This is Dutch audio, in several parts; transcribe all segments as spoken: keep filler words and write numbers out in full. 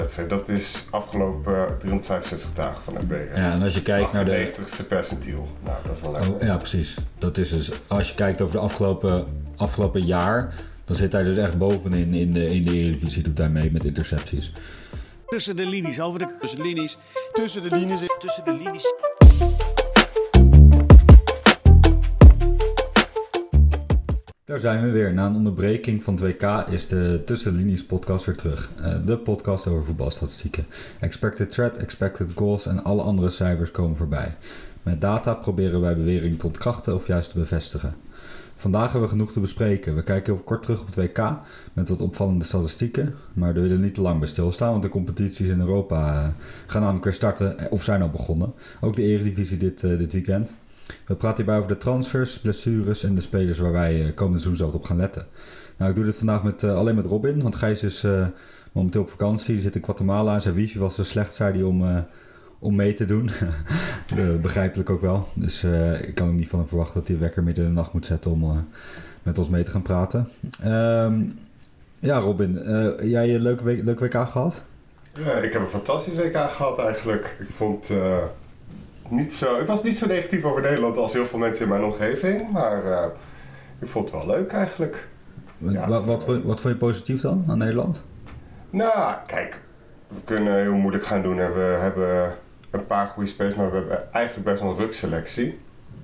Dat is afgelopen driehonderdvijfenzestig dagen van F B. Hè? Ja, en als je kijkt naar de negentigste percentiel. Nou, dat is wel lekker. Oh, ja, precies. Dat is dus, als je kijkt over de afgelopen, afgelopen jaar, dan zit hij dus echt bovenin in de, in de Eredivisie, doet hij mee met intercepties. Tussen de linies, over de... Tussen de linies. Tussen de linies. Tussen de linies. Daar zijn we weer. Na een onderbreking van het W K is de Tussen de Linies podcast weer terug. Uh, de podcast over voetbalstatistieken. Expected threat, expected goals en alle andere cijfers komen voorbij. Met data proberen wij beweringen te ontkrachten of juist te bevestigen. Vandaag hebben we genoeg te bespreken. We kijken even kort terug op het W K met wat opvallende statistieken. Maar we willen niet te lang bij stilstaan, want de competities in Europa uh, gaan namelijk weer starten of zijn al begonnen. Ook de Eredivisie dit, uh, dit weekend. We praten hierbij over de transfers, blessures en de spelers waar wij uh, komende seizoen zelf op gaan letten. Nou, ik doe dit vandaag met, uh, alleen met Robin, want Gijs is uh, momenteel op vakantie. Die zit in Guatemala en zijn wifi was te slecht, zei hij, om, uh, om mee te doen. uh, begrijpelijk ook wel. Dus uh, ik kan ook niet van hem verwachten dat hij de wekker midden in de nacht moet zetten om uh, met ons mee te gaan praten. Um, ja, Robin, uh, jij een leuke, week, leuke W K gehad? Ja, ik heb een fantastisch W K gehad eigenlijk. Ik vond... Uh... Niet zo, ik was niet zo negatief over Nederland als heel veel mensen in mijn omgeving, maar uh, ik vond het wel leuk eigenlijk. Ja, wat, wat, wat, wat vond je positief dan aan Nederland? Nou, kijk, we kunnen heel moeilijk gaan doen. We hebben een paar goede spelers, maar we hebben eigenlijk best wel een rukselectie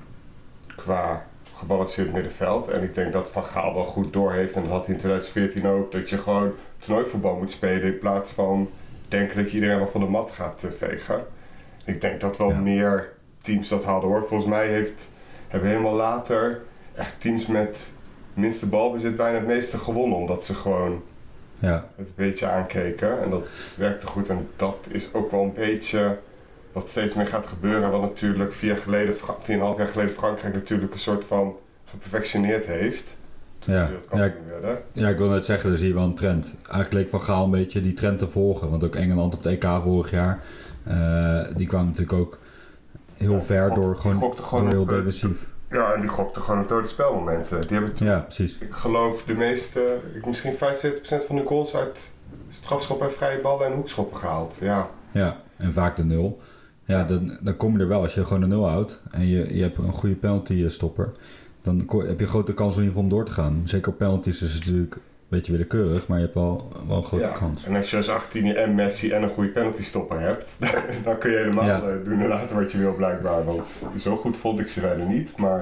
qua gebalanceerd middenveld. En ik denk dat Van Gaal wel goed doorheeft, en dat had hij in twintig veertien ook, dat je gewoon toernooivoetbal moet spelen in plaats van denken dat je iedereen wel van de mat gaat vegen. Ik denk dat wel ja. meer teams dat hadden hoor. Volgens mij heeft, hebben helemaal later echt teams met minste balbezit bijna het meeste gewonnen. Omdat ze gewoon ja. het een beetje aankeken. En dat werkte goed. En dat is ook wel een beetje wat steeds meer gaat gebeuren. Wat natuurlijk vier, jaar geleden, vier en een half jaar geleden Frankrijk natuurlijk een soort van geperfectioneerd heeft. Ja. Ja, ik, ja, ik wil net zeggen, daar zie je wel een trend. Eigenlijk leek Van Gaal een beetje die trend te volgen. Want ook Engeland op het E K vorig jaar... Uh, die kwamen natuurlijk ook heel ja, ver gok, door gewoon, gewoon door heel op, defensief. Ja, en die gokten gewoon op dode spelmomenten. Die hebben toen, ja, precies. Ik geloof de meeste, misschien vijfenzeventig procent van de goals uit strafschoppen en vrije ballen en hoekschoppen gehaald. Ja, ja en vaak de nul. Ja, dan, dan kom je er wel als je gewoon de nul houdt en je, je hebt een goede penalty stopper. Dan heb je een grote kans om in ieder geval om door te gaan. Zeker op penalties is het natuurlijk een beetje willekeurig, maar je hebt wel, wel een grote ja. kans. En als je als achttien en Messi en een goede penalty stopper hebt, dan kun je helemaal ja. doen en laten wat je wil blijkbaar. Want zo goed vond ik ze verder niet, maar...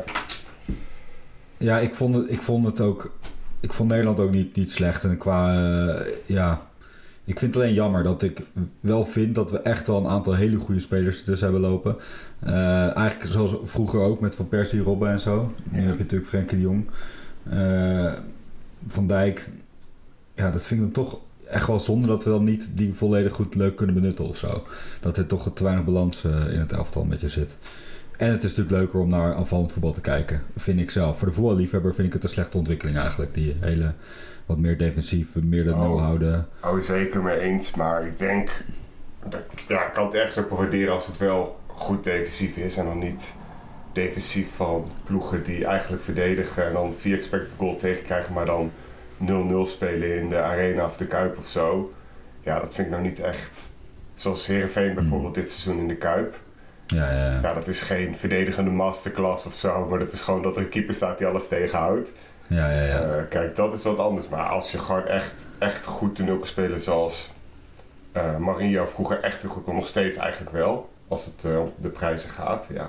Ja, ik vond het, ik vond het ook... Ik vond Nederland ook niet, niet slecht. En qua... Uh, ja... Ik vind het alleen jammer dat ik wel vind dat we echt wel een aantal hele goede spelers ertussen hebben lopen. Uh, eigenlijk zoals vroeger ook met Van Persie, Robben en zo. Nu ja. heb je natuurlijk Frenkie de Jong. Uh, Van Dijk. Ja, dat vind ik dan toch echt wel zonde dat we dan niet die volledig goed leuk kunnen benutten of zo. Dat er toch te weinig balans uh, in het elftal een beetje zit. En het is natuurlijk leuker om naar aanvallend voetbal te kijken, vind ik zelf. Voor de voetballiefhebber vind ik het een slechte ontwikkeling eigenlijk. Die hele wat meer defensief, meer de nul houden. Oh, zeker mee eens. Maar ik denk, dat, ja, ik kan het ergens ook wel waarderen als het wel goed defensief is. En dan niet defensief van ploegen die eigenlijk verdedigen en dan vier expected goal tegenkrijgen, maar dan nul nul spelen in de Arena of de Kuip of zo. Ja, dat vind ik nou niet echt. Zoals Heerenveen bijvoorbeeld dit seizoen in de Kuip. Ja, ja, ja. ja, dat is geen verdedigende masterclass of zo, maar dat is gewoon dat er een keeper staat die alles tegenhoudt. Ja, ja, ja. Uh, kijk, dat is wat anders. Maar als je gewoon echt, echt goed toneel kan spelen zoals uh, Marinho vroeger echt heel goed kon, nog steeds eigenlijk wel, als het uh, om de prijzen gaat, ja.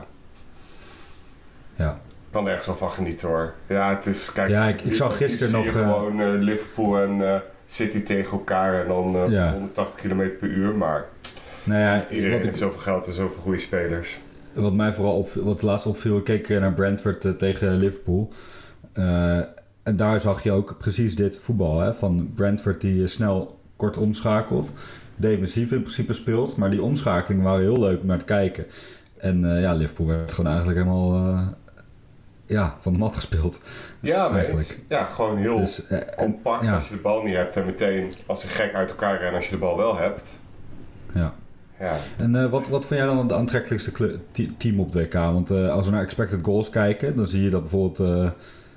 Ja. Ik kan ergens wel van genieten hoor. Ja, het is, kijk, ja, ik, ik zag gisteren nog... zie je gewoon uh, Liverpool en uh, City tegen elkaar en dan uh, ja. honderdtachtig kilometer per uur, maar nou ja, niet iedereen heeft zoveel geld en zoveel goede spelers. Wat mij vooral op, wat laatst opviel, ik keek naar Brentford uh, tegen Liverpool. Uh, en daar zag je ook precies dit voetbal, hè, van Brentford die uh, snel kort omschakelt. Defensief in principe speelt, maar die omschakelingen waren heel leuk om naar te kijken. En uh, ja, Liverpool werd gewoon eigenlijk helemaal... Uh, Ja, van de mat gespeeld. Ja, eigenlijk. Ja, gewoon heel dus, uh, compact ja. als je de bal niet hebt en meteen als een gek uit elkaar rennen als je de bal wel hebt. Ja. ja. En uh, wat, wat vind jij dan het aantrekkelijkste kle- team op het W K? Want uh, als we naar expected goals kijken, dan zie je dat bijvoorbeeld uh,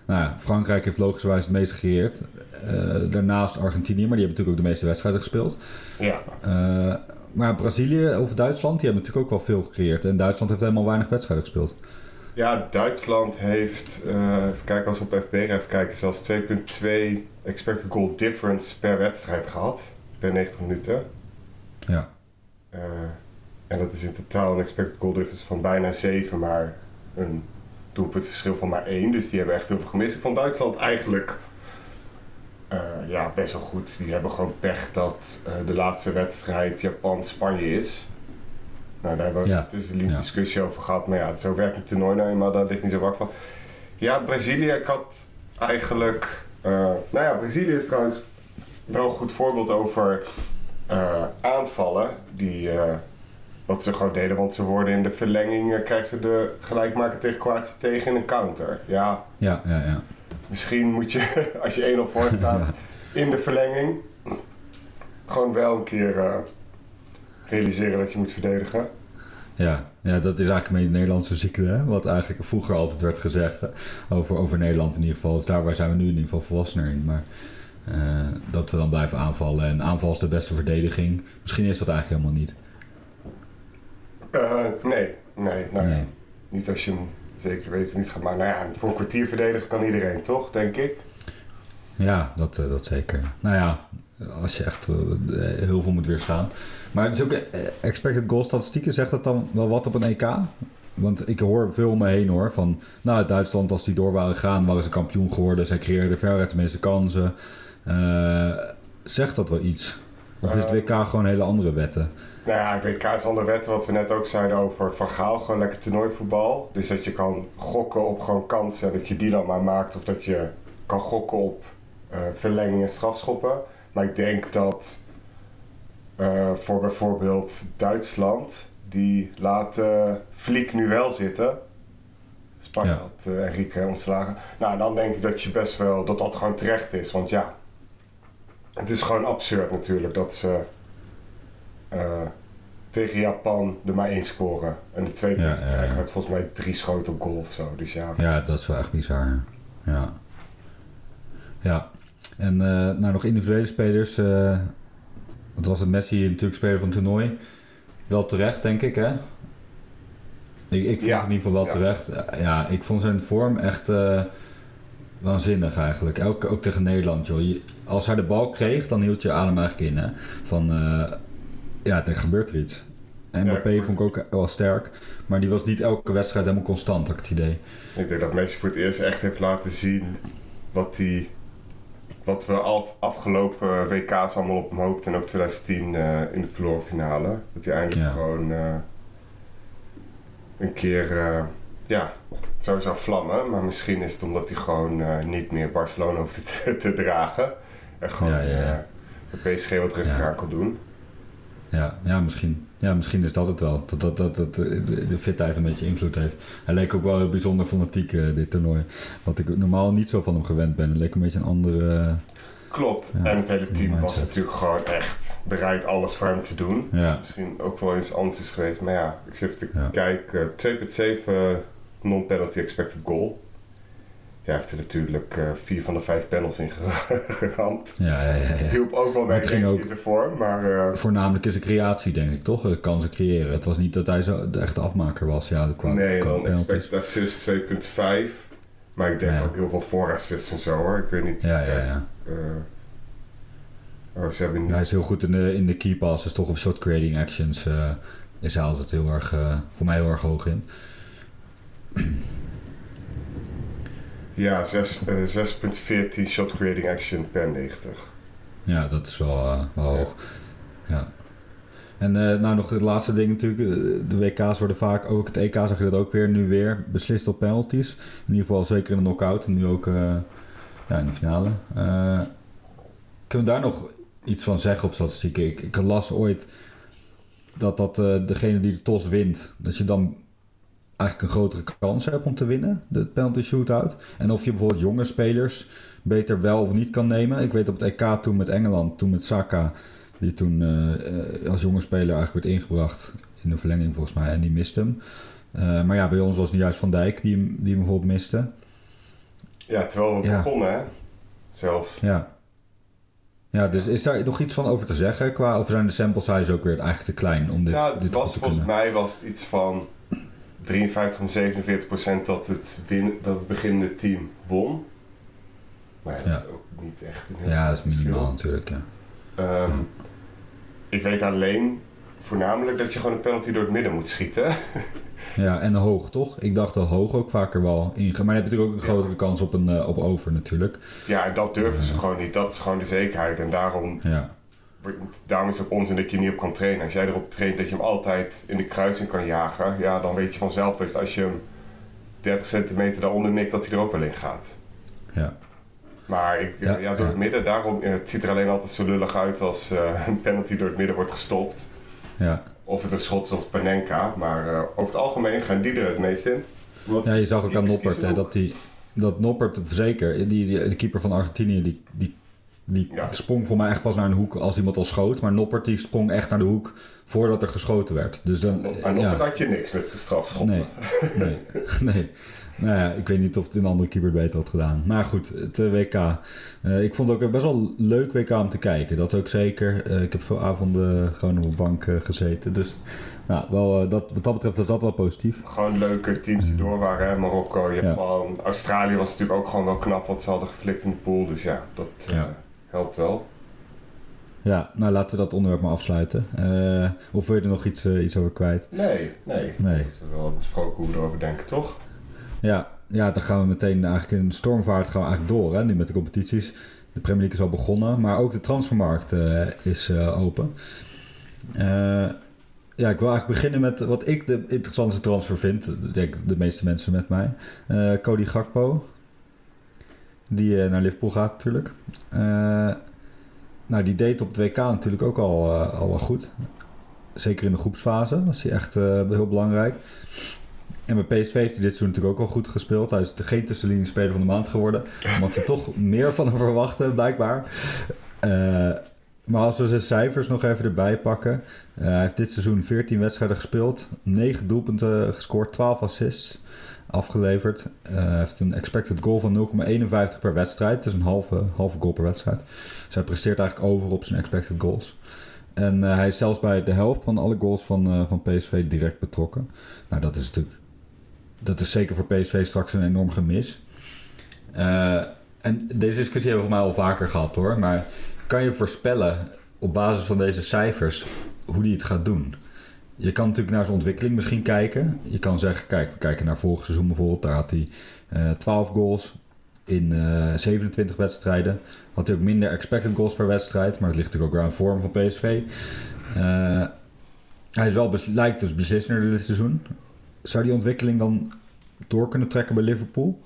Nou ja, Frankrijk heeft logischerwijs het meest gecreëerd. Uh, daarnaast Argentinië, maar die hebben natuurlijk ook de meeste wedstrijden gespeeld. Ja. Uh, maar Brazilië of Duitsland, die hebben natuurlijk ook wel veel gecreëerd. En Duitsland heeft helemaal weinig wedstrijden gespeeld. Ja, Duitsland heeft, uh, even kijken als we op F B R even kijken, zelfs twee komma twee expected goal difference per wedstrijd gehad. Per negentig minuten. Ja. Uh, en dat is in totaal een expected goal difference van bijna zeven, maar een doelpuntverschil van maar één. Dus die hebben echt heel veel gemist. Ik vond Duitsland eigenlijk uh, ja, best wel goed. Die hebben gewoon pech dat uh, de laatste wedstrijd Japan-Spanje is. Nou, daar hebben we ja. tussen de ja. discussie over gehad. Maar ja, zo werkt het toernooi nou eenmaal. Daar ligt niet zo wakker van. Ja, Brazilië, ik had eigenlijk... Uh, nou ja, Brazilië is trouwens wel een goed voorbeeld over uh, aanvallen. Die, uh, wat ze gewoon deden. Want ze worden in de verlenging... Uh, krijgen ze de gelijkmaker tegen Kroatië tegen in een counter. Ja, ja, ja. ja. Misschien moet je, als je één nul voor staat... ja. in de verlenging... gewoon wel een keer... Uh, realiseren dat je moet verdedigen. Ja, ja, dat is eigenlijk een Nederlandse ziekte, hè? Wat eigenlijk vroeger altijd werd gezegd, hè? Over, over Nederland in ieder geval. Dus daar zijn we nu in ieder geval volwassener in. Maar uh, dat we dan blijven aanvallen. En aanval is de beste verdediging. Misschien is dat eigenlijk helemaal niet. Uh, nee, nee, nou nee. Ja, niet als je hem zeker weten niet gaat. Maar nou ja, voor een kwartier verdedigen kan iedereen, toch? Denk ik. Ja, dat, uh, dat zeker. Nou ja, als je echt uh, heel veel moet weerstaan. Maar het is ook uh, expected goal statistieken, zegt dat dan wel wat op een E K? Want ik hoor veel om me heen hoor, van nou Duitsland als die door waren gegaan, waren ze kampioen geworden, zij creëerden veruit de meeste kansen. Uh, zegt dat wel iets? Of is het W K gewoon hele andere wetten? Nou ja, het W K is andere wetten, wat we net ook zeiden over Van Gaal, gewoon lekker toernooivoetbal. Dus dat je kan gokken op gewoon kansen, dat je die dan maar maakt, of dat je kan gokken op uh, verlenging en strafschoppen. Maar ik denk dat uh, voor bijvoorbeeld Duitsland, die laten Flick nu wel zitten. Spanje ja. had uh, Enrique ontslagen. Nou, dan denk ik dat je best wel, dat dat gewoon terecht is. Want ja, het is gewoon absurd natuurlijk dat ze uh, tegen Japan er maar één scoren. En de tweede ja, krijgen ja, ja. het volgens mij drie schoten op goal of zo. Dus ja. Ja, dat is wel echt bizar. Ja. Ja. En uh, nou, nog individuele spelers. Uh, wat was het? Messi natuurlijk speler van het toernooi. Wel terecht, denk ik, hè? Ik, ik vond ja. het in ieder geval wel ja. terecht. Ja, ik vond zijn vorm echt uh, waanzinnig eigenlijk. Ook, ook tegen Nederland, joh. Je, als hij de bal kreeg, dan hield je adem eigenlijk in, hè? Van, uh, ja, er gebeurt er iets. En Mbappé ja, vond ik ook wel sterk. Maar die was niet elke wedstrijd helemaal constant, had ik het idee. Ik denk dat Messi voor het eerst echt heeft laten zien wat hij... Wat we af, afgelopen W K's allemaal op hem hoopten. En ook twintig tien uh, in de verloren finale. Dat hij eindelijk ja. gewoon uh, een keer uh, ja, zo zou vlammen. Maar misschien is het omdat hij gewoon uh, niet meer Barcelona hoeft te, te dragen. En gewoon ja, ja, ja. Uh, de P S G wat rustiger ja. aan kon doen. Ja, ja, misschien. Ja, misschien is dat het wel. Dat, dat, dat, dat de, de fitheid een beetje invloed heeft. Hij leek ook wel heel bijzonder fanatiek, uh, dit toernooi. Wat ik normaal niet zo van hem gewend ben. Hij leek een beetje een andere... Uh, Klopt. Ja, en het hele team mindset. Was natuurlijk gewoon echt bereid alles voor hem te doen. Ja. Misschien ook wel eens anders is geweest. Maar ja, ik zit even te ja. kijken. twee komma zeven non-penalty expected goal. Ja, hij heeft er natuurlijk uh, vier van de vijf panels in geramd. Ja, ja, ja, ja. Hielp ook wel mee in ook zijn vorm, maar... Uh... Voornamelijk is een creatie, denk ik, toch? Kansen creëren. Het was niet dat hij zo de echte afmaker was. Ja, qua, nee, qua dan expected assist twee komma vijf. Maar ik denk ja. ook heel veel voorassists en zo, hoor. Ik weet niet... Ja, ja, ja. Uh, oh, ze hebben niet... Hij is heel goed in de, in de key passes, toch? Of shot creating actions. Uh, is hij altijd heel erg... Uh, voor mij heel erg hoog in. Ja, zes komma veertien shot creating action per negentig. Ja, dat is wel, uh, wel hoog. Ja. ja. En uh, nou nog het laatste ding natuurlijk. De W K's worden vaak, ook het E K zag je dat ook weer, nu weer beslist op penalties. In ieder geval zeker in de knock-out en nu ook uh, ja, in de finale. Uh, kunnen we daar nog iets van zeggen op statistieken? Ik, ik las ooit dat, dat uh, degene die de tos wint, dat je dan eigenlijk een grotere kans hebt om te winnen, de penalty shootout. En of je bijvoorbeeld jonge spelers beter wel of niet kan nemen. Ik weet op het E K toen met Engeland, toen met Saka, die toen uh, als jonge speler eigenlijk werd ingebracht in de verlenging volgens mij, en die miste hem. Uh, maar ja, bij ons was het juist Van Dijk die hem, die hem bijvoorbeeld miste. Ja, terwijl we Ja. begonnen, hè. Zelfs. Ja. Ja, dus is daar nog iets van over te zeggen? Qua, of zijn de sample size ook weer eigenlijk te klein om dit, Ja, dit het was, goed te volgens kunnen? mij was het iets van drieënvijftig of zevenenveertig procent dat het, win, dat het beginnende team won. Maar ja, dat Ja. is ook niet echt een heel Ja, groot dat is minimaal verschil. natuurlijk, ja. Ehm, Ja. Ik weet alleen voornamelijk dat je gewoon een penalty door het midden moet schieten. Ja, en hoog, toch? Ik dacht dat hoog ook vaker wel ingaan. Maar je hebt natuurlijk ook een Ja. grotere kans op een uh, op over natuurlijk. Ja, en dat durven ze Ja. gewoon niet. Dat is gewoon de zekerheid. En daarom, Ja, daarom is het ook onzin dat je niet op kan trainen. Als jij erop traint dat je hem altijd in de kruising kan jagen, ja, dan weet je vanzelf dat als je hem dertig centimeter daaronder mikt, dat hij er ook wel in gaat. ja. Maar ik, ja, Ja, door ja. het midden, daarom, eh, het ziet er alleen altijd zo lullig uit als uh, een penalty door het midden wordt gestopt. Ja. Of het een schot is of Panenka. Maar uh, over het algemeen gaan die er het meest in. Want Ja, je zag ook die aan is- Noppert is hè, ook- dat, die, dat Noppert, zeker, die, die, de keeper van Argentinië, die, die, die Ja. sprong voor mij echt pas naar een hoek als iemand al schoot. Maar Noppert die sprong echt naar de hoek voordat er geschoten werd. Dus dan, Aan ja, Noppert had je niks met de strafschop. nee, nee, nee. Nou ja, ik weet niet of het een andere keeper het beter had gedaan. Maar goed, het uh, W K. Uh, ik vond het ook best wel een leuk W K om te kijken. Dat ook zeker. Uh, ik heb veel avonden gewoon op de bank uh, gezeten. Dus nou, wel, uh, dat, wat dat betreft was dat wel positief. Gewoon leuke teams die door waren. Hè? Marokko, Japan. Ja. Australië was natuurlijk ook gewoon wel knap wat ze hadden geflikt in de pool. Dus ja, dat uh, Ja. helpt wel. Ja, nou laten we dat onderwerp maar afsluiten. Uh, of wil je er nog iets, uh, iets over kwijt? Nee, nee. Nee. Dat is wel besproken hoe we erover denken, toch? Ja, ja, dan gaan we meteen eigenlijk in stormvaart gaan we eigenlijk door. Hè, nu met de competities. De Premier League is al begonnen. Maar ook de transfermarkt uh, is uh, open. Uh, ja, ik wil eigenlijk beginnen met wat ik de interessantste transfer vind. Ik denk de meeste mensen met mij. Uh, Cody Gakpo. Die uh, naar Liverpool gaat natuurlijk. Uh, nou, die deed op het W K natuurlijk ook al, uh, al wel goed. Zeker in de groepsfase was hij echt uh, heel belangrijk. En bij P S V heeft hij dit seizoen natuurlijk ook al goed gespeeld. Hij is de geen tussenlinie-speler van de maand geworden. Omdat ze toch meer van hem verwachten, blijkbaar. Uh, maar als we zijn cijfers nog even erbij pakken. Uh, hij heeft dit seizoen veertien wedstrijden gespeeld. negen doelpunten gescoord, twaalf assists afgeleverd. Uh, hij heeft een expected goal van nul komma eenenvijftig per wedstrijd. Dus een halve, halve goal per wedstrijd. Dus hij presteert eigenlijk over op zijn expected goals. En uh, hij is zelfs bij de helft van alle goals van, uh, van P S V direct betrokken. Nou, dat is natuurlijk... Dat is zeker voor P S V straks een enorm gemis. Uh, en deze discussie hebben we voor mij al vaker gehad hoor. Maar kan je voorspellen op basis van deze cijfers hoe hij het gaat doen? Je kan natuurlijk naar zijn ontwikkeling misschien kijken. Je kan zeggen, kijk, we kijken naar vorig seizoen bijvoorbeeld. Daar had hij uh, twaalf goals in uh, zevenentwintig wedstrijden. Had hij ook minder expected goals per wedstrijd. Maar dat ligt natuurlijk ook weer aan vorm van P S V. Uh, hij is wel bes- lijkt dus beslissender dit seizoen. Zou die ontwikkeling dan door kunnen trekken bij Liverpool?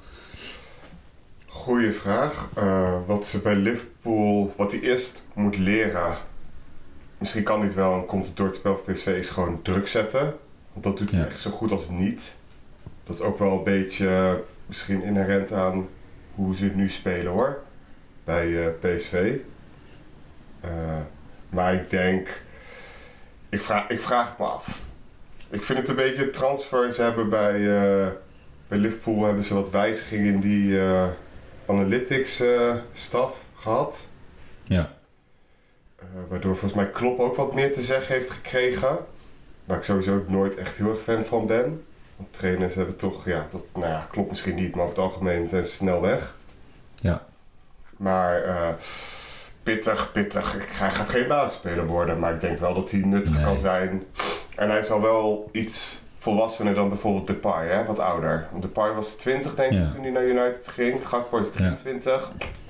Goeie vraag. Uh, wat ze bij Liverpool, wat hij eerst moet leren, misschien kan hij het wel en komt het door het spel van P S V, is gewoon druk zetten. Want dat doet hij Ja. echt zo goed als niet. Dat is ook wel een beetje uh, misschien inherent aan hoe ze het nu spelen hoor, bij uh, P S V. Uh, maar ik denk, ik vraag, ik vraag het me af. Ik vind het een beetje transfer. Ze hebben bij, uh, bij Liverpool hebben ze wat wijzigingen in die uh, analytics uh, staf gehad. Ja. Uh, waardoor volgens mij Klopp ook wat meer te zeggen heeft gekregen. Waar ik sowieso ook nooit echt heel erg fan van ben. Want trainers hebben toch, ja, dat, nou ja, klopt misschien niet, maar over het algemeen zijn ze snel weg. Ja. Maar uh, pittig, pittig. Hij gaat geen basisspeler worden, maar ik denk wel dat hij nuttig Nee. kan zijn. En hij is al wel iets volwassener dan bijvoorbeeld Depay, hè? Wat ouder. Want Depay was twintig denk ik Ja. toen hij naar United ging. Gakpo is drieëntwintig.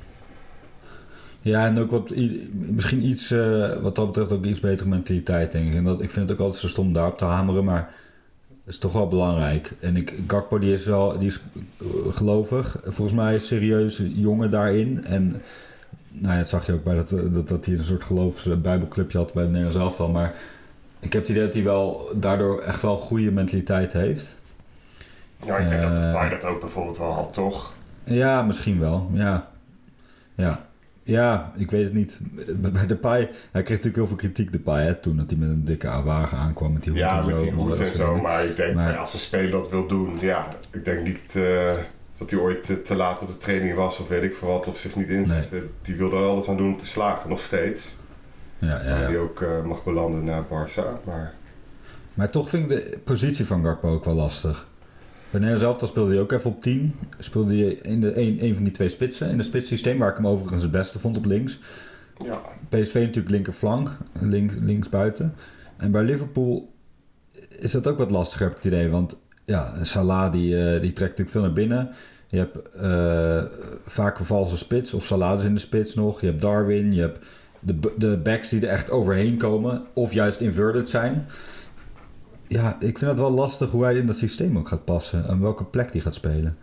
Ja, en ook wat, i- misschien iets, uh, wat dat betreft ook iets betere mentaliteit, denk ik. En dat, ik vind het ook altijd zo stom daarop te hameren, maar het is toch wel belangrijk. En ik, Gakpo die is wel, die is uh, gelovig. Volgens mij is serieus jongen daarin. En nou ja, dat zag je ook bij dat, dat, dat hij een soort geloofsbijbelclubje had bij het Nederlands elftal. Maar ik heb het idee dat hij wel daardoor echt wel een goede mentaliteit heeft. Ja, ik denk Uh, dat Depay dat ook bijvoorbeeld wel had, toch? Ja, misschien wel. Ja. Ja. Ja, ik weet het niet. Bij Depay, hij kreeg natuurlijk heel veel kritiek, Depay, hè, toen dat hij met een dikke wagen aankwam met die hoed Ja, en met zo. die hoed Dat en soort zo. dingen. Maar ik denk, Maar- van, ja, als een speler dat wil doen, ja, ik denk niet uh, dat hij ooit te, te laat op de training was of weet ik veel wat, of zich niet inzette. Nee. Die wil er alles aan doen om te slagen, nog steeds. Ja, ja, ja. Waar die ook uh, mag belanden naar Barça. Maar... maar toch vind ik de positie van Gakpo ook wel lastig. Bij Nederland zelf dan speelde hij ook even op tien. Speelde hij in de een, een van die twee spitsen. In het spitssysteem, waar ik hem overigens het beste vond op links. Ja. P S V natuurlijk linkerflank, links, links buiten. En bij Liverpool is dat ook wat lastiger, heb ik het idee. Want ja, Salah die, uh, die trekt natuurlijk veel naar binnen. Je hebt uh, vaak een valse spits, of Salah is in de spits nog. Je hebt Darwin, je hebt de, de backs die er echt overheen komen. Of juist inverted zijn. Ja, ik vind het wel lastig hoe hij in dat systeem ook gaat passen. En welke plek die gaat spelen.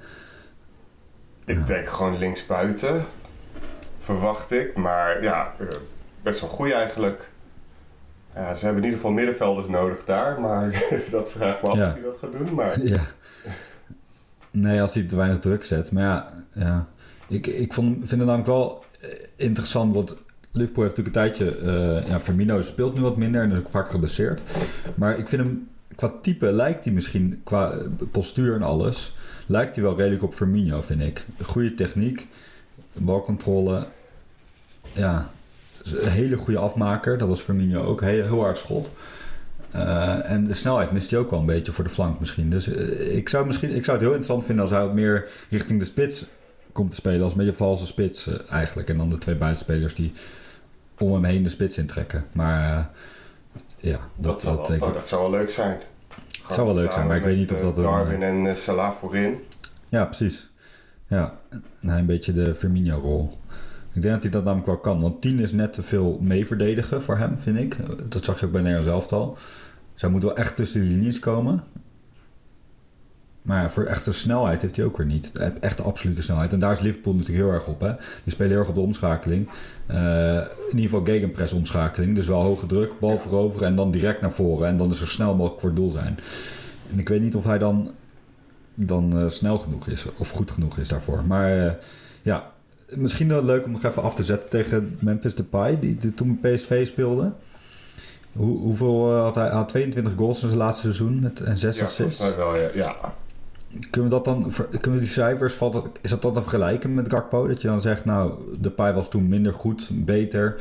Ik ja. denk gewoon linksbuiten, verwacht ik. Maar ja, best wel goed eigenlijk. Ja, ze hebben in ieder geval middenvelders nodig daar. Maar dat vraag ik me af ja. of hij dat gaat doen. Maar... ja. Nee, als hij te weinig druk zet. Maar ja, ja. Ik, ik vond, vind het namelijk wel interessant. Want Liverpool heeft natuurlijk een tijdje... Uh, ja, Firmino speelt nu wat minder en is ook vaak geblesseerd. Maar ik vind hem... Qua type lijkt hij misschien... Qua postuur en alles... Lijkt hij wel redelijk op Firmino, vind ik. Goede techniek. Balcontrole. Ja. Een hele goede afmaker. Dat was Firmino ook. Heel, heel hard schot. Uh, en de snelheid mist hij ook wel een beetje voor de flank misschien. Dus uh, ik, zou misschien, ik zou het heel interessant vinden als hij wat meer richting de spits komt te spelen. Als een beetje valse spits uh, eigenlijk. En dan de twee buitenspelers die om hem heen de spits intrekken. Maar uh, ja, dat, dat, zou dat, wel, ik, oh, dat zou wel leuk zijn. Het zou wel leuk zijn, maar ik weet niet of dat... Darwin een, en uh, Salah voorin. Ja, precies. Ja, en hij een beetje de Firmino-rol. Ik denk dat hij dat namelijk wel kan. Want tien is net te veel mee verdedigen voor hem, vind ik. Dat zag je ook bij Nederland zelf al. Dus hij moet wel echt tussen de linies komen. Maar ja, voor echte snelheid heeft hij ook weer niet. Echte absolute snelheid. En daar is Liverpool natuurlijk heel erg op. Hè? Die spelen heel erg op de omschakeling. Uh, in ieder geval gegenpress omschakeling. Dus wel hoge druk, bal veroveren en dan direct naar voren. En dan is er snel mogelijk voor het doel zijn. En ik weet niet of hij dan, dan uh, snel genoeg is. Of goed genoeg is daarvoor. Maar uh, ja, misschien wel leuk om nog even af te zetten tegen Memphis Depay. Die, die toen bij P S V speelde. Hoe, hoeveel uh, had hij? Had tweeëntwintig goals in zijn laatste seizoen met, en zes ja, assists. Ja, wel, ja. ja. Kunnen we dat dan, kunnen we die cijfers, valt dat, is dat dan te vergelijken met Gakpo? Dat je dan zegt, nou, Depay was toen minder goed, beter.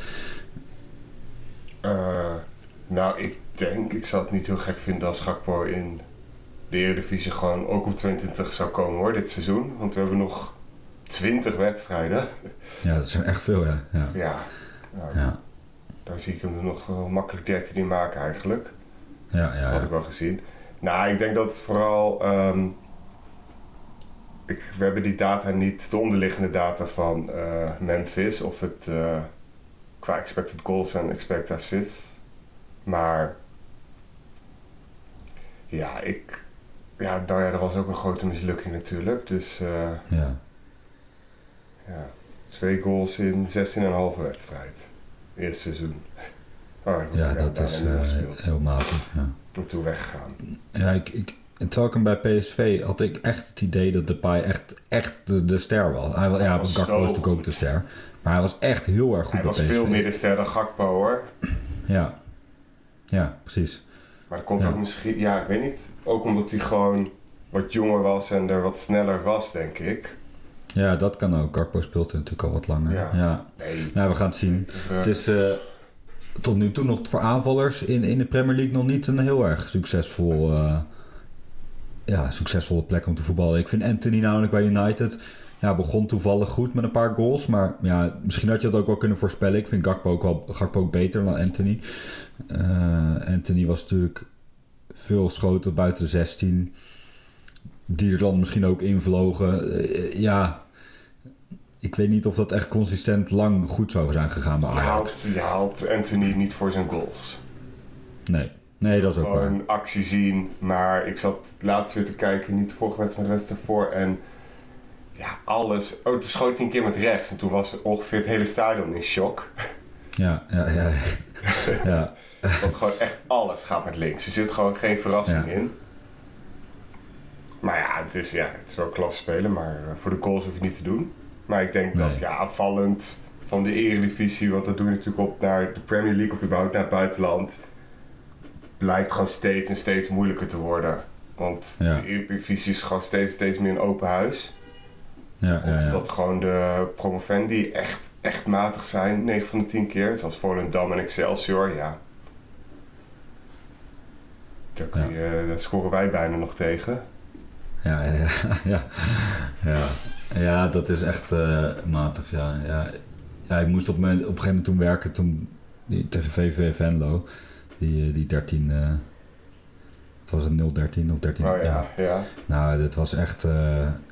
Uh, nou, ik denk, ik zou het niet heel gek vinden als Gakpo in de Eredivisie gewoon ook op tweeëntwintig zou komen hoor, dit seizoen. Want we hebben nog twintig wedstrijden. Ja, dat zijn echt veel, ja. Ja. ja, nou, ja. Daar zie ik hem er nog wel makkelijk dertien in maken eigenlijk. Ja, ja. Dat had ja. ik wel gezien. Nou, ik denk dat het vooral... Um, ik, we hebben die data niet, de onderliggende data van uh, Memphis, of het uh, qua expected goals en expected assists. Maar ja, ik... Ja, nou ja, dat was ook een grote mislukking natuurlijk. Dus uh, ja. ja, twee goals in zestien en een halve wedstrijd. Eerste seizoen. Oh, ja, dat is uh, heel matig. Ja. En toen weggegaan. Ja, ik, ik, terwijl ik hem bij P S V had ik echt het idee dat Depay echt, echt de, de ster was. Hij, hij ja, was Gakpo was natuurlijk ook de ster. Maar hij was echt heel erg goed hij bij P S V. Hij was veel meer de ster dan Gakpo hoor. Ja, ja, precies. Maar dat komt ja. ook misschien, ja, ik weet niet. Ook omdat hij gewoon wat jonger was en er wat sneller was, denk ik. Ja, dat kan ook. Gakpo speelt natuurlijk al wat langer. Ja. ja. Nee. Nou, we gaan het zien. Uh, het is uh, tot nu toe nog voor aanvallers in, in de Premier League nog niet een heel erg succesvol, uh, ja, succesvolle plek om te voetballen. Ik vind Anthony namelijk bij United, ja, begon toevallig goed met een paar goals. Maar ja, misschien had je dat ook wel kunnen voorspellen. Ik vind Gakpo ook, wel, Gakpo ook beter dan Anthony. Uh, Anthony was natuurlijk veel schoten buiten de zestien. Die er dan misschien ook invlogen. Uh, ja, ik weet niet of dat echt consistent lang goed zou zijn gegaan bij Ajax. Je haalt, je haalt Anthony niet voor zijn goals. Nee, nee dat is ook waar. Gewoon actie zien. Maar ik zat laatst weer te kijken, niet de vorige wedstrijd, maar de wedstrijd ervoor. En ja, alles. Oh, toen schoot hij een keer met rechts. En toen was ongeveer het hele stadion in shock. Ja, ja, ja. ja. Want gewoon echt alles gaat met links. Er zit gewoon geen verrassing ja. in. Maar ja, het is, ja, het is wel klasse spelen. Maar uh, voor de goals hoef je niet te doen. Maar ik denk nee. dat, ja, aanvallend van de Eredivisie, want dat doe je natuurlijk op naar de Premier League of überhaupt naar het buitenland, blijkt gewoon steeds en steeds moeilijker te worden. Want ja. de Eredivisie is gewoon steeds, steeds meer een open huis. Ja, ja, ja. Dat gewoon de promovendi echt, echt matig zijn, negen van de tien keer. Zoals Volendam en Excelsior, ja. Daar, kun je, daar scoren wij bijna nog tegen. Ja, ja, ja. ja. ja. ja dat is echt uh, matig, ja. ja. Ja, ik moest op, mijn, op een gegeven moment toen werken toen, die, tegen V V V Venlo. Die, die dertien... Uh, het was een nul dertien of dertien. Oh ja, ja. ja. Nou, dit was echt... Uh,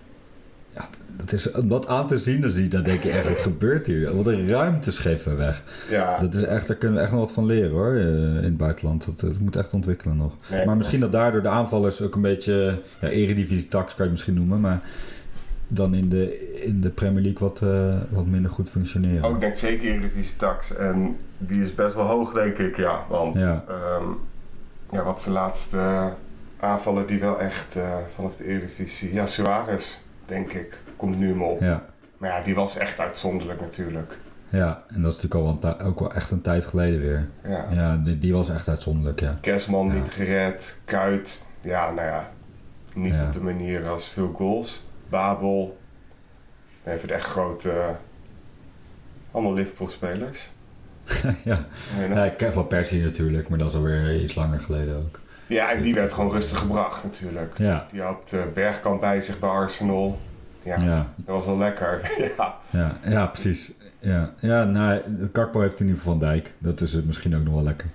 ja, het is, om dat aan te zien, dan, zie, dan denk je echt, wat gebeurt hier? Wat een ruimtes geven we weg. Ja. Dat is echt, daar kunnen we echt nog wat van leren hoor, uh, in het buitenland. Dat, dat moet echt ontwikkelen nog. Nee, maar misschien dat daardoor de aanvallers ook een beetje... Ja, eredivisie-tax kan je misschien noemen, maar... dan in de, in de Premier League wat, uh, wat minder goed functioneren. Oh, ik denk zeker Eredivisie-tax. En die is best wel hoog, denk ik, ja. Want ja. Um, ja, wat is de laatste uh, aanvaller die wel echt uh, vanaf de Eredivisie... Ja, Suarez, denk ik, komt nu hem op. Ja. Maar ja, die was echt uitzonderlijk natuurlijk. Ja, en dat is natuurlijk al een t- ook wel echt een tijd geleden weer. Ja, ja die, die was echt uitzonderlijk, ja. Kersman ja. niet gered, Kuyt, ja, nou ja, niet ja. op de manier als veel goals. Babel, even de echt grote, uh, allemaal Liverpool-spelers. ja, ja ik ken van Persie natuurlijk, maar dat is alweer iets langer geleden ook. Ja, en die werd gewoon rustig gebracht natuurlijk. Ja. Die had uh, Bergkamp bij zich bij Arsenal. Ja, ja. Dat was wel lekker. ja. Ja, ja, precies. Ja, ja nou, Kakpo heeft in ieder geval Van Dijk. Dat is misschien ook nog wel lekker.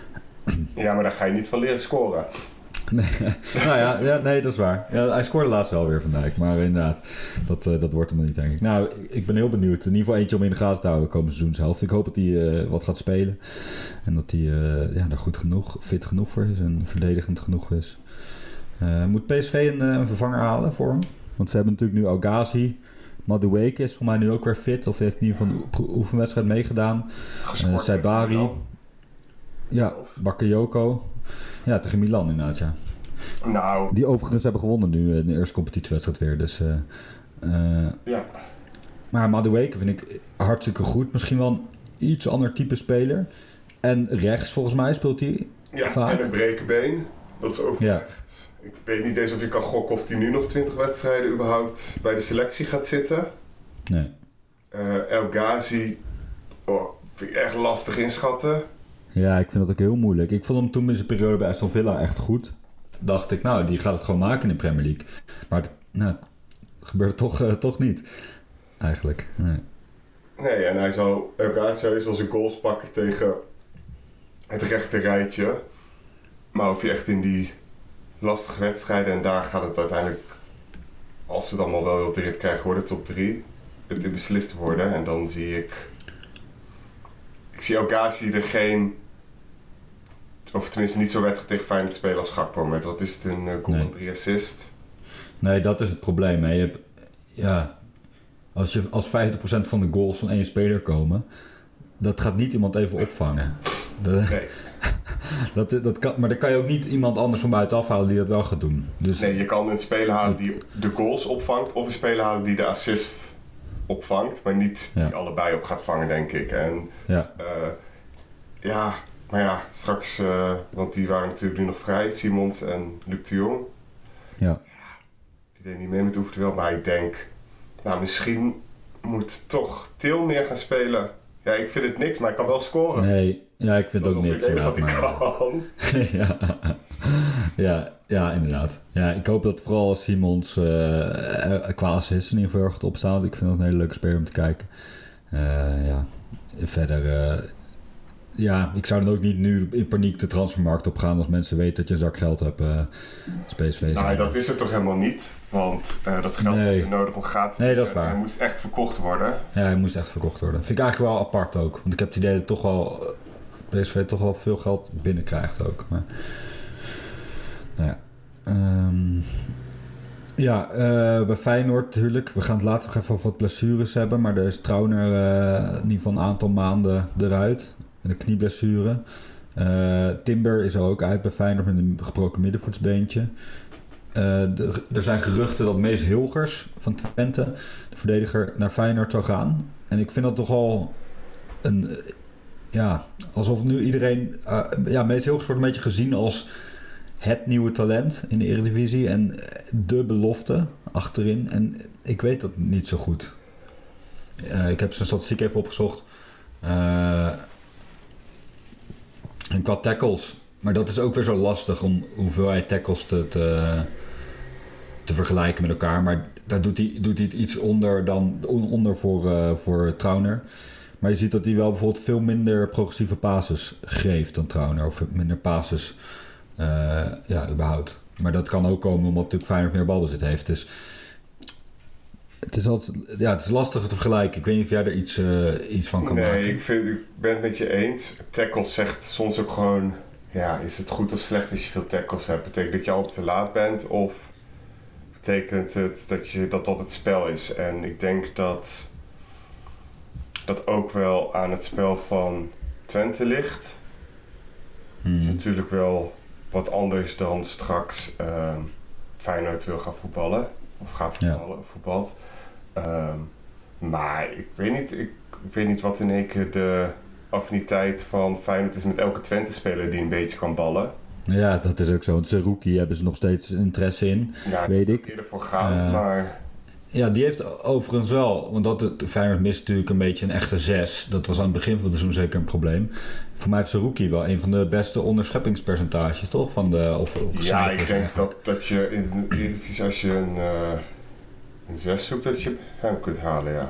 Ja, maar daar ga je niet van leren scoren. Nee, nou ja, ja, nee, dat is waar. Ja, hij scoorde laatst wel weer Van Dijk. Maar inderdaad, dat, uh, dat wordt hem niet, denk ik. Nou, ik ben heel benieuwd. In ieder geval eentje om in de gaten te houden komende seizoenshelft. Ik hoop dat hij uh, wat gaat spelen. En dat hij uh, ja, daar goed genoeg, fit genoeg voor is. En verdedigend genoeg is. Uh, moet P S V een, een vervanger halen voor hem? Want ze hebben natuurlijk nu El Ghazi. Madueke is voor mij nu ook weer fit. Of heeft in ieder geval een oefenwedstrijd meegedaan. Uh, Saibari. Ja, Bakayoko. Ja, tegen Milan inderdaad, ja. Nou. Die overigens hebben gewonnen nu in de eerste competitiewedstrijd weer. Dus, uh, uh, ja. Maar Madueke vind ik hartstikke goed. Misschien wel een iets ander type speler. En rechts volgens mij speelt hij ja, vaak. En een brekenbeen. Dat is ook ja. echt... Ik weet niet eens of je kan gokken of hij nu nog twintig wedstrijden überhaupt bij de selectie gaat zitten. Nee. Uh, El Ghazi, oh, vind ik echt lastig inschatten. Ja, ik vind dat ook heel moeilijk. Ik vond hem toen in zijn periode bij Aston Villa echt goed. Dacht ik, nou, die gaat het gewoon maken in de Premier League. Maar het, nou, het gebeurt toch, uh, toch niet. Eigenlijk, nee. Nee, en hij zou, El Ghazi zou eens wel zijn goals pakken tegen het rechte rijtje. Maar of je echt in die lastige wedstrijden, en daar gaat het uiteindelijk, als ze het allemaal wel de rit krijgen, worden top drie, het in beslist te worden. En dan zie ik, ik zie El Ghazi er geen, of tenminste niet zo wedstrijd tegen Feyenoord spelen als Gakpo met, wat is het, een uh, goal en nee. drie assist. Nee, dat is het probleem. Hè. Je hebt, ja, als, je, als vijftig procent van de goals van één speler komen, dat gaat niet iemand even opvangen. Dat, nee. dat, dat kan, maar dan kan je ook niet iemand anders van buitenaf halen die dat wel gaat doen. Dus, nee, je kan een speler halen die de goals opvangt, of een speler halen die de assist opvangt, maar niet die ja. allebei op gaat vangen, denk ik. En ja, uh, ja maar ja, straks, uh, want die waren natuurlijk nu nog vrij, Simons en Luc de Jong. Ja. Die deden niet mee met Oevertewel, maar ik denk, nou misschien moet toch Til meer gaan spelen. Ja, ik vind het niks, maar ik kan wel scoren. Nee, ja, ik vind het ook niks. Dat is wat ik kan. ja. ja, ja, inderdaad. Ja, ik hoop dat vooral Simons uh, qua assist in ieder geval erg opstaat. Ik vind dat een hele leuke speler om te kijken. Uh, ja, verder... Uh, ja, ik zou dan ook niet nu in paniek de transfermarkt op gaan als mensen weten dat je een zak geld hebt. Uh, P S V. Nou, dat is het toch helemaal niet. Want uh, dat geld nee. is nodig om gaat. Nee, dat is waar. Hij moest echt verkocht worden. Ja, hij moest echt verkocht worden. Vind ik eigenlijk wel apart ook. Want ik heb het idee dat toch wel P S V toch wel veel geld binnenkrijgt ook. Maar, nou ja. Um, ja, uh, bij Feyenoord natuurlijk. We gaan het later nog even over wat blessures hebben. Maar er is Trauner uh, in ieder geval een aantal maanden eruit. En de knieblessure. Uh, Timber is er ook uit bij Feyenoord met een gebroken middenvoetsbeentje. Uh, de, er zijn geruchten dat Mees Hilgers van Twente, de verdediger, naar Feyenoord zou gaan. En ik vind dat toch al een... Ja, alsof nu iedereen... Uh, ja, Mees Hilgers wordt een beetje gezien als het nieuwe talent in de Eredivisie en de belofte achterin. En ik weet dat niet zo goed. Uh, ik heb zijn statistiek even opgezocht. Uh, en qua tackles. Maar dat is ook weer zo lastig om hoeveelheid tackles te, te, te vergelijken met elkaar. Maar daar doet hij, doet hij het iets onder dan onder voor, uh, voor Trauner. Maar je ziet dat hij wel bijvoorbeeld veel minder progressieve passes geeft dan Trauner. Of minder passes, uh, ja, überhaupt. Maar dat kan ook komen omdat natuurlijk Feyenoord meer balbezit heeft. Dus het is altijd, ja, het is lastig te vergelijken. Ik weet niet of jij er iets, uh, iets van kan nee, maken. Nee, ik, vind, ik ben het met je eens. Tackles zegt soms ook gewoon... Ja, is het goed of slecht als je veel tackles hebt? Betekent dat je altijd te laat bent? Of betekent het dat je, dat, dat het spel is? En ik denk dat dat ook wel aan het spel van Twente ligt. Hmm. Het is natuurlijk wel wat anders dan straks uh, Feyenoord wil gaan voetballen. Of gaat voetballen, ja. voetbalt. Um, maar ik weet niet, ik, ik weet niet wat in één keer de affiniteit van Feyenoord is met elke Twente-speler die een beetje kan ballen. Ja, dat is ook zo. Want Zerouki hebben ze nog steeds interesse in, ja, weet ik. Ja, eerder voor gaan, uh, maar... Ja, die heeft overigens wel... Want dat het, Feyenoord mist natuurlijk een beetje een echte zes. Dat was aan het begin van het seizoen zeker een probleem. Voor mij heeft Zerouki wel een van de beste onderscheppingspercentages, toch? Van de, of, of ja, ik denk dat, dat je in de Eredivisie, als je een, uh, een zes zoekt, dat je hem kunt halen, ja.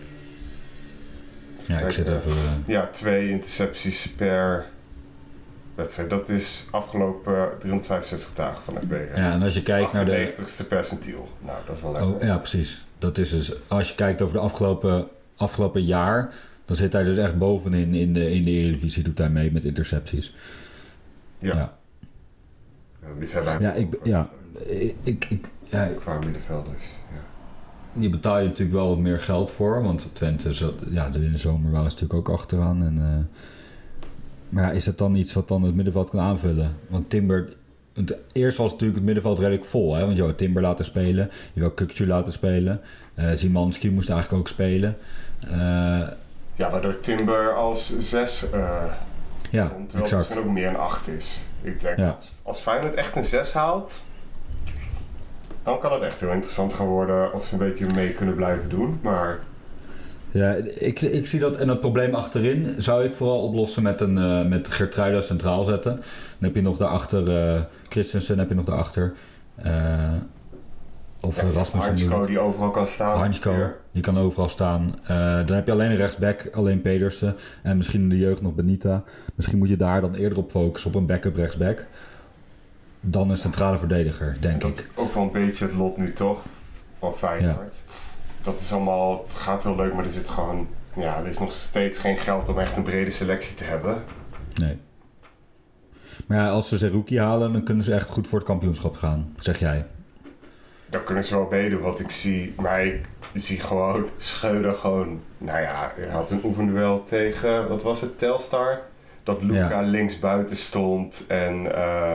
Ja, Kijk, ik zit even... Uh, ja, twee intercepties per wedstrijd. Dat is afgelopen driehonderdvijfenzestig dagen van F B. Hè? Ja, en als je kijkt naar de... achtennegentigste percentiel. Nou, dat is wel lekker. Oh, ja, precies. Dat is dus... Als je kijkt over de afgelopen, afgelopen jaar... dan zit hij dus echt bovenin in de, in de Eredivisie. Doet hij mee met intercepties. Ja. Ja, ja die zijn wij... Ja, ik... Ja, ik, ik, ik ja, qua middenvelders, ja. Die betaal je natuurlijk wel wat meer geld voor. Want Twente, zat, ja, in de zomer was natuurlijk ook achteraan. En, uh, maar ja, is dat dan iets wat dan het middenveld kan aanvullen? Want Timber... Het, eerst was natuurlijk het middenveld redelijk vol. Hè? Want je wou Timber laten spelen. Je wou Kukçu laten spelen. Uh, Szymanski moest eigenlijk ook spelen. Uh, ja, waardoor Timber als zes... Uh, ja, vond, wel exact. Misschien ook meer een acht is. Ik denk ja. dat als Feyenoord echt een zes haalt... dan kan het echt heel interessant gaan worden of ze een beetje mee kunnen blijven doen, maar... Ja, ik, ik zie dat, en het probleem achterin zou ik vooral oplossen met, een, uh, met Geertruida centraal zetten. Dan heb je nog daarachter uh, Christensen, heb je nog daarachter... Uh, of ja, Rasmussen. Hansko die overal kan staan. Hansko, die kan overal staan. Uh, dan heb je alleen een rechtsback, alleen Pedersen. En misschien in de jeugd nog Benita. Misschien moet je daar dan eerder op focussen, op een backup rechtsback. Dan een centrale verdediger, denk dat ik. Dat is ook wel een beetje het lot nu toch, van Feyenoord. Ja. Dat is allemaal, het gaat heel leuk, maar er zit gewoon... Ja, er is nog steeds geen geld om echt een brede selectie te hebben. Nee. Maar ja, als ze Zerouki halen, dan kunnen ze echt goed voor het kampioenschap gaan, zeg jij. Dan kunnen ze wel meedoen, wat ik zie. Maar ik zie gewoon Schreuder gewoon... Nou ja, hij had een oefenduel tegen, wat was het, Telstar? Dat Luca ja. links buiten stond en... Uh,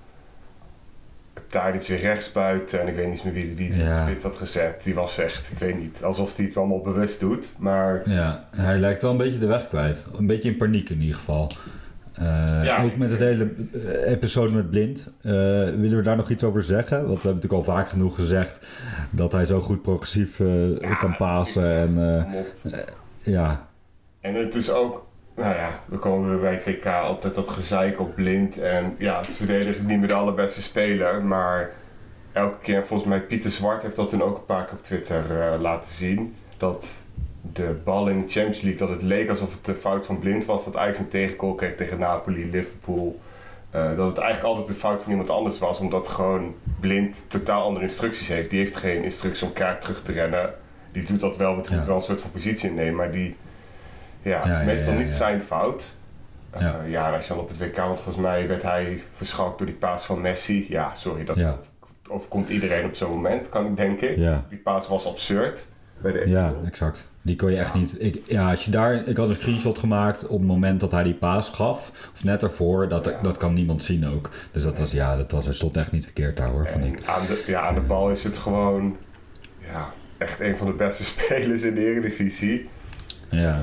daar iets weer rechts buiten en ik weet niet meer wie, wie ja. de spits had gezet. Die was echt, ik weet niet, alsof hij het allemaal bewust doet, maar... Ja, hij lijkt wel een beetje de weg kwijt. Een beetje in paniek in ieder geval. Uh, ja, ook met het hele episode met Blind. Uh, willen we daar nog iets over zeggen? Want we hebben natuurlijk al vaak genoeg gezegd dat hij zo goed progressief uh, ja, kan pasen. En, uh, uh, ja. En het is ook... Nou ja, we komen weer bij het W K altijd dat gezeik op Blind. En ja, het is verdediger niet meer de allerbeste speler. Maar elke keer, volgens mij Pieter Zwart heeft dat toen ook een paar keer op Twitter uh, laten zien. Dat de bal in de Champions League, dat het leek alsof het de fout van Blind was. Dat Ajax een tegengoal kreeg tegen Napoli, Liverpool. Uh, dat het eigenlijk altijd de fout van iemand anders was. Omdat gewoon Blind totaal andere instructies heeft. Die heeft geen instructie om kaart terug te rennen. Die doet dat wel, want hij ja. moet wel een soort van positie innemen. Maar die... Ja, ja, meestal ja, ja, ja. niet zijn fout. Uh, ja. ja, en als je dan op het W K, want volgens mij werd hij verschalkt door die paas van Messi. Ja, sorry, dat ja. overkomt iedereen op zo'n moment, kan ik denken. Ja. Die paas was absurd. Bij de ja, exact. Die kon je echt ja. niet... Ik, ja, als je daar... Ik had een screenshot gemaakt op het moment dat hij die paas gaf. Of net ervoor. Dat, ja. dat kan niemand zien ook. Dus dat was... Ja, dat was, het stond echt niet verkeerd daar hoor. Van en aan de, ja, aan de bal is het gewoon... Ja, echt een van de beste spelers in de Eredivisie. Ja. Uh,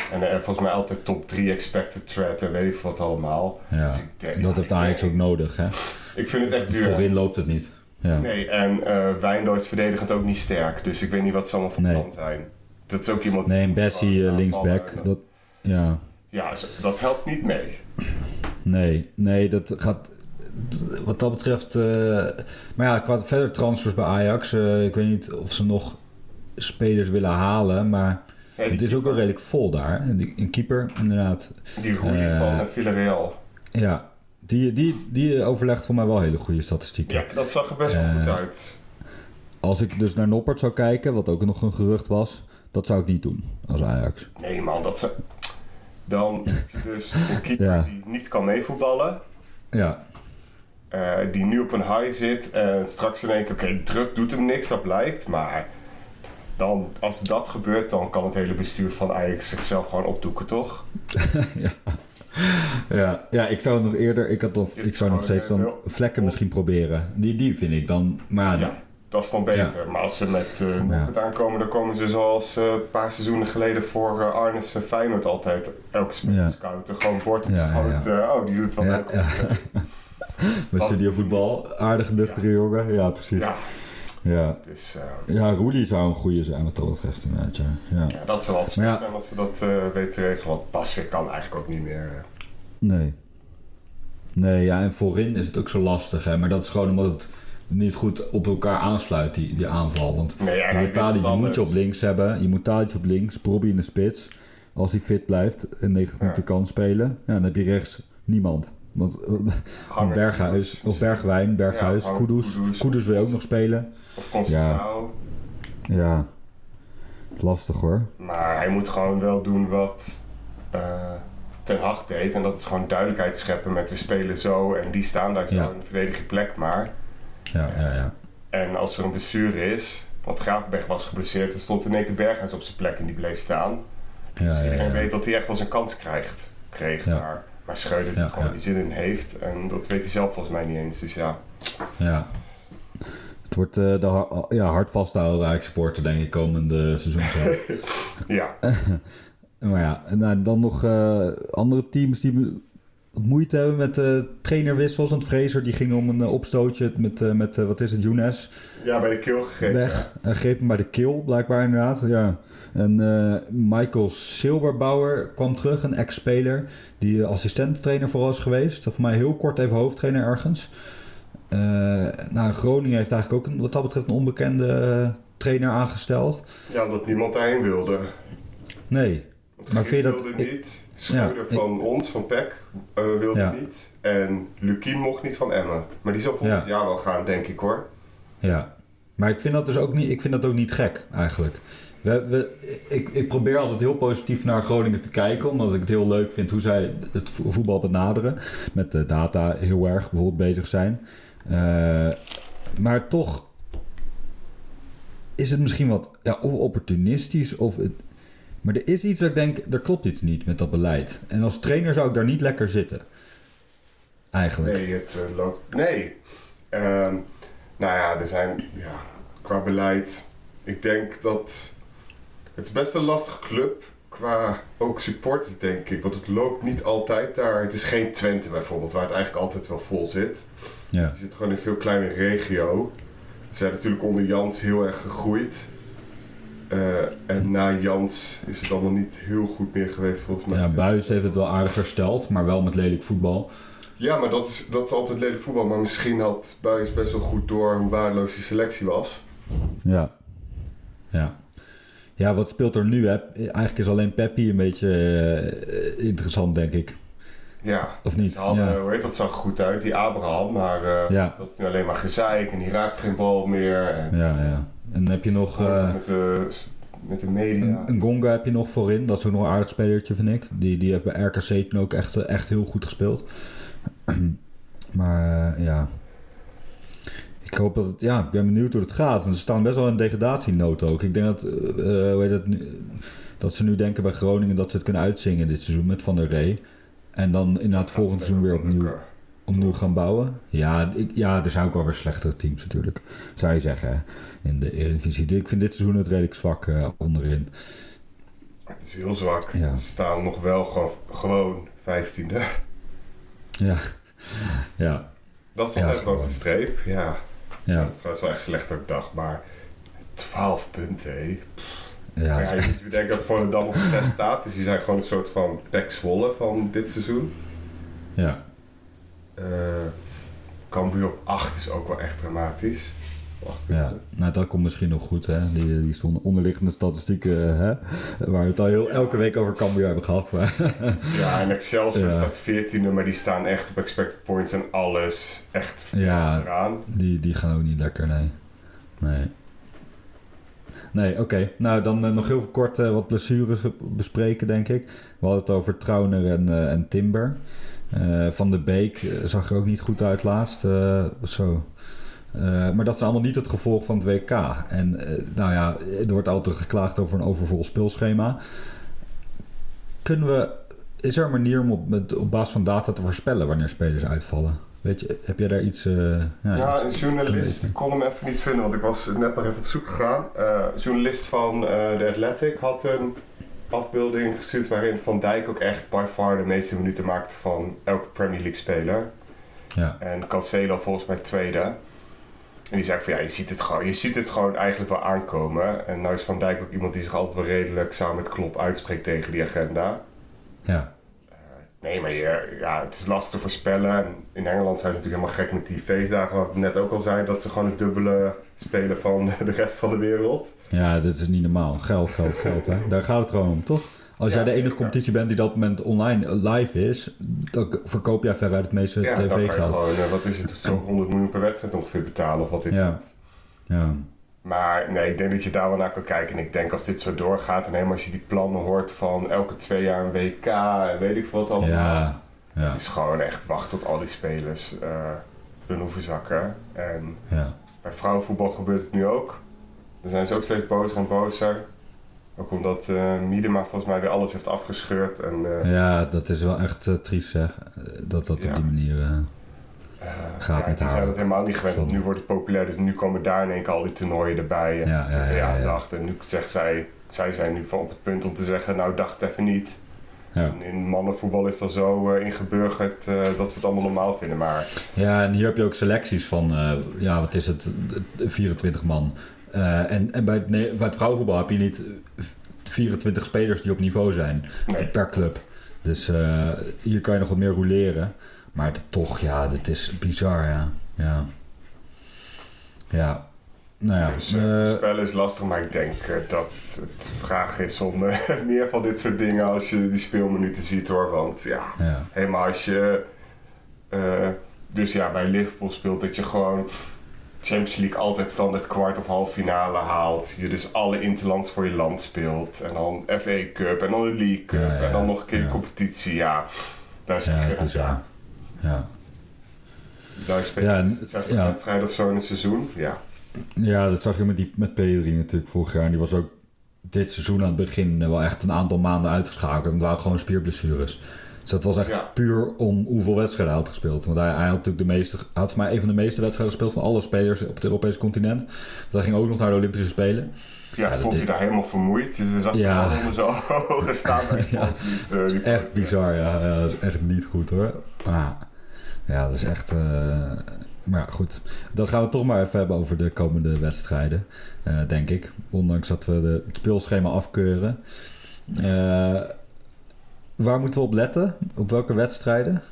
En uh, volgens mij altijd top drie expected threat en weet ik wat allemaal. Ja, dus ik denk, dat heeft Ajax nee. ook nodig, hè? Ik vind het echt duur. Voorin loopt het niet. Ja. Nee, en uh, Wijndal is verdedigend ook niet sterk. Dus ik weet niet wat ze allemaal van Nee. plan zijn. Dat is ook iemand... Nee, en Bessie uh, gewoon linksback, aanvallen. dat... Ja, Ja, zo- dat helpt niet mee. nee, nee, dat gaat... Wat dat betreft... Uh, maar ja, qua verder transfers bij Ajax... Uh, ik weet niet of ze nog spelers willen halen, maar... Ja, die, Het is ook wel redelijk vol daar. Die- Een keeper, inderdaad. die Rui Uh, van uh, Villarreal. Ja, die, die, die overlegt voor mij wel hele goede statistieken. Ja, dat zag er best wel Uh, goed uit. Als ik dus naar Noppert zou kijken, wat ook nog een gerucht was... Dat zou ik niet doen als Ajax. Nee man, dat ze... Dan heb je dus een keeper Ja. die niet kan meevoetballen. Ja, Uh, die nu op een high zit. En straks in één keer, oké, druk doet hem niks, dat blijkt. Maar dan, als dat gebeurt, dan kan het hele bestuur van Ajax zichzelf gewoon opdoeken, toch? ja. Ja, ja, ik zou nog eerder... Ik, had of, Dit ik is zou nog gewoon, steeds eh, dan wel- vlekken misschien proberen. Die, die vind ik dan... Maar ja, Ja, dat is dan beter. Maar als ze met uh, Noppert aankomen, dan komen ze zoals uh, een paar seizoenen geleden voor uh, Arnes en Feyenoord altijd elke speler Ja. scouten. Gewoon bord op Ja, ja, schoot. ja. Uh, oh, die doet wel ja, leuk. ja. Met studiovoetbal, aardige nuchtere jongen. Ja, precies. Ja, Ja, dus uh, ja Roelie zou een goede zijn wat dat betreft inderdaad. Ja. Ja. ja, dat zou wel Maar ja. absoluut zijn als ze dat uh, weten te regelen. Want Pasveer kan eigenlijk ook niet meer. Uh. Nee. Nee, ja, en voorin is het ook zo lastig, hè. Maar dat is gewoon omdat het niet goed op elkaar aansluit, die, die aanval. Want Nee, ja, je, nou, moet is het Tadic, je moet je op anders. links hebben. Je moet Tadic op links, Brobbey in de spits. Als hij fit blijft en negentig Ja. minuten kan spelen, ja, dan heb je rechts niemand. Want uh, Hanger, Berghuis, Kudus, of Bergwijn, Berghuis, Ja, Hanger, Kudus. Kudus. Kudus wil je ook nog spelen. Of Conceição. Ja, het is lastig hoor. Maar hij moet gewoon wel doen wat uh, Ten Hag deed. En dat is gewoon duidelijkheid scheppen met we spelen zo. En die staan daar zo Ja. in de verdediging plek maar. Ja, ja, ja. En als er een blessure is, want Gravenberg was geblesseerd, er stond in één keer Berghuis op zijn plek en die bleef staan. Ja, dus ja, iedereen ja. weet dat hij echt wel zijn kans krijgt, kreeg Ja. daar. Maar Schreuder Ja, gewoon ja. die zin in heeft. En dat weet hij zelf volgens mij niet eens. Dus ja. Ja. Het wordt uh, de ha- ja, hard vasthouden Ajax supporter, denk ik, komende seizoen. Zo. Ja. Maar ja, nou, dan nog uh, andere teams die wat moeite hebben met uh, trainerwissels. Want Fraser die ging om een uh, opstootje met, uh, met uh, wat is het, Younes ja, bij de keel gegrepen. weg. Hij greep hem bij de keel, blijkbaar inderdaad. Ja. En uh, Michael Silberbauer kwam terug, een ex-speler die uh, assistenttrainer vooral is geweest. Voor mij heel kort even hoofdtrainer ergens. Uh, nou, Groningen heeft eigenlijk ook een, wat dat betreft een onbekende uh, trainer aangesteld. Ja, omdat niemand daarheen wilde. Nee. Want Maar Griep vind je dat- wilde niet. Schreuder Ja, van ons, van P E C, uh, wilde Ja. niet. En Lukien mocht niet van Emmen. Maar die zal volgend Ja. jaar wel gaan, denk ik hoor. Ja, maar ik vind dat dus ook niet, ik vind dat ook niet gek eigenlijk. We, we, ik, ik probeer altijd heel positief naar Groningen te kijken, omdat ik het heel leuk vind hoe zij het vo- voetbal benaderen. Met de data heel erg bijvoorbeeld bezig zijn. Uh, maar toch is het misschien wat ja, of opportunistisch of het, maar er is iets dat ik denk, er klopt iets niet met dat beleid. En als trainer zou ik daar niet lekker zitten. Eigenlijk. Nee, het uh, loopt... Nee. Um, nou ja, er zijn... Ja, qua beleid... Ik denk dat... Het is best een lastige club. Qua ook supporters, denk ik. Want het loopt niet altijd daar. Het is geen Twente bijvoorbeeld, waar het eigenlijk altijd wel vol zit. Ja. Je zit gewoon in een veel kleinere regio. Ze zijn natuurlijk onder Jans heel erg gegroeid. Uh, en na Jans is het allemaal niet heel goed meer geweest volgens mij. Ja, Buijs heeft het wel aardig hersteld, maar wel met lelijk voetbal. Ja, maar dat is, dat is altijd lelijk voetbal. Maar misschien had Buijs best wel goed door hoe waardeloos die selectie was. Ja. Ja. Ja, wat speelt er nu? Hè? Eigenlijk is alleen Peppi een beetje uh, interessant, denk ik. Ja. Of niet? Ze hadden, Ja. hoe heet dat, zag er goed uit, die Abraham. Maar uh, Ja. dat is nu alleen maar gezeik en die raakt geen bal meer. En Ja, ja. En dan heb je nog... Uh, met, de, met de media. Een, een Gonga heb je nog voorin. Dat is ook nog een aardig spelertje, vind ik. Die, die heeft bij R K C toen ook echt, echt heel goed gespeeld. Maar uh, ja... Ik hoop dat het... Ja, ik ben benieuwd hoe het gaat. Want ze staan best wel in degradatienood ook. Ik denk dat... Uh, hoe heet het nu, dat ze nu denken bij Groningen dat ze het kunnen uitzingen dit seizoen met Van der Rey. En dan inderdaad volgend seizoen weer opnieuw, opnieuw gaan bouwen. Ja, ik, ja, er zijn ook wel weer slechtere teams natuurlijk. Zou je zeggen, hè, in de Eredivisie. Ik vind dit seizoen het redelijk zwak uh, onderin. Het is heel zwak. Ja. Ze staan nog wel gewoon, gewoon vijftiende. Ja. Ja. Dat is toch Ja, net boven gewoon. de streep. Ja. Ja. Dat is trouwens wel echt slecht ook dacht, maar twaalf punten, hé. Ja, Maar ja, je moet bedenken dat Volendam op zes staat, dus die zijn gewoon een soort van Pek Zwolle van dit seizoen. ja. Uh, Cambuur op acht is ook wel echt dramatisch. acht Ja, punten. nou dat komt misschien nog goed, hè. Die, die stonden onderliggende statistieken, hè. Waar we het al heel, elke week over Cambuur hebben gehad. Maar Ja, en Excelsior Ja. staat veertiende, maar die staan echt op expected points en alles echt Ja. eraan. die, die gaan ook niet lekker, nee. Nee. Nee, oké. Okay. Nou, dan uh, nog heel kort uh, wat blessures bespreken, denk ik. We hadden het over Trauner en, uh, en Timber. Uh, Van de Beek uh, zag er ook niet goed uit laatst. Uh, zo. Uh, maar dat is allemaal niet het gevolg van het W K. En uh, nou ja, er wordt altijd geklaagd over een overvol speelschema. Kunnen we... Is er een manier om op, met, op basis van data te voorspellen wanneer spelers uitvallen? Weet je, heb jij daar iets... Uh, ja, Ja, iets een journalist, ik kon hem even niet vinden, want ik was net nog even op zoek gegaan. Uh, een journalist van uh, The Athletic had een afbeelding gestuurd waarin Van Dijk ook echt by far de meeste minuten maakte van elke Premier League speler. Ja. En Cancelo volgens mij tweede. En die zei van ja, je ziet het gewoon, je ziet het gewoon eigenlijk wel aankomen. En nou is Van Dijk ook iemand die zich altijd wel redelijk samen met Klopp uitspreekt tegen die agenda. Ja. Nee, maar je, ja, het is lastig te voorspellen. En in Engeland zijn ze natuurlijk helemaal gek met die feestdagen. Wat ik net ook al zei, dat ze gewoon het dubbele spelen van de rest van de wereld. Ja, dit is niet normaal. Geld, geld, geld. Hè? Daar gaat het gewoon om, toch? Als Ja, jij de enige zeker. competitie bent die dat moment online live is, dan verkoop jij veruit het meeste Ja, dan kan je tv-geld. gewoon, uh, wat is het, zo'n honderd miljoen per wedstrijd ongeveer betalen of wat is Ja. het? Ja. Maar nee, ik denk dat je daar wel naar kan kijken. En ik denk als dit zo doorgaat en helemaal als je die plannen hoort van elke twee jaar een W K en weet ik wat allemaal. Ja. Ja. Het is gewoon echt wachten tot al die spelers uh, hun hoeven zakken. En Ja. bij vrouwenvoetbal gebeurt het nu ook. Dan zijn ze ook steeds bozer en bozer. Ook omdat uh, Miedema volgens mij weer alles heeft afgescheurd. En, uh, Ja, dat is wel echt uh, triest zeg. Dat dat Ja. op die manier uh, uh, gaat ja, met die haar. zijn dat helemaal niet gewend. Want nu wordt het populair. Dus nu komen daar in één keer al die toernooien erbij. En Ja, ja, ja, ja, tv-aandacht. En nu zegt zij... Zij zijn nu van op het punt om te zeggen... Nou, dacht even niet. Ja. En in mannenvoetbal is dat zo uh, ingeburgerd... Uh, dat we het allemaal normaal vinden. Maar Ja, en hier heb je ook selecties van, uh, ja, wat is het, vierentwintig man. Uh, en en bij, het, nee, bij het vrouwenvoetbal heb je niet vierentwintig spelers die op niveau zijn nee. per club. Dus uh, hier kan je nog wat meer roleren. Maar het, toch, ja, het is bizar, ja. Ja. Ja. Nou ja. Dus uh, uh, voorspellen is lastig, maar ik denk uh, dat het vraag is om uh, meer van dit soort dingen als je die speelminuten ziet hoor. Want ja, ja. helemaal als je uh, dus ja, bij Liverpool speelt dat je gewoon Champions League altijd standaard kwart of halve finale haalt. Je dus alle interlands voor je land speelt. En dan F A Cup en dan de League Cup Ja, ja, en dan nog een keer ja. competitie. Ja, daar is Ja, je bizar. Ja. daar speel je Ja, en- zestig ja. wedstrijden of zo in een seizoen. Ja. Ja, dat zag je met, die, met P drie natuurlijk vorig jaar. En die was ook dit seizoen aan het begin wel echt een aantal maanden uitgeschakeld. En dat waren gewoon spierblessures. Dus dat was echt Ja. puur om hoeveel wedstrijden hij had gespeeld. Want hij, hij had natuurlijk de meeste, hij had voor mij een van de meeste wedstrijden gespeeld van alle spelers op het Europese continent. Want hij ging ook nog naar de Olympische Spelen. Ja, dat stond is- hij daar helemaal vermoeid. Je zag Ja. hem onder zijn ogen staan. Maar ik Ja. vond het niet, uh, die Echt foto. bizar, ja. ja. Dat is echt niet goed hoor. Maar ja, dat is echt... Uh, maar ja, goed. Dan gaan we het toch maar even hebben over de komende wedstrijden. Uh, denk ik. Ondanks dat we de, het speelschema afkeuren. Uh, waar moeten we op letten? Op welke wedstrijden?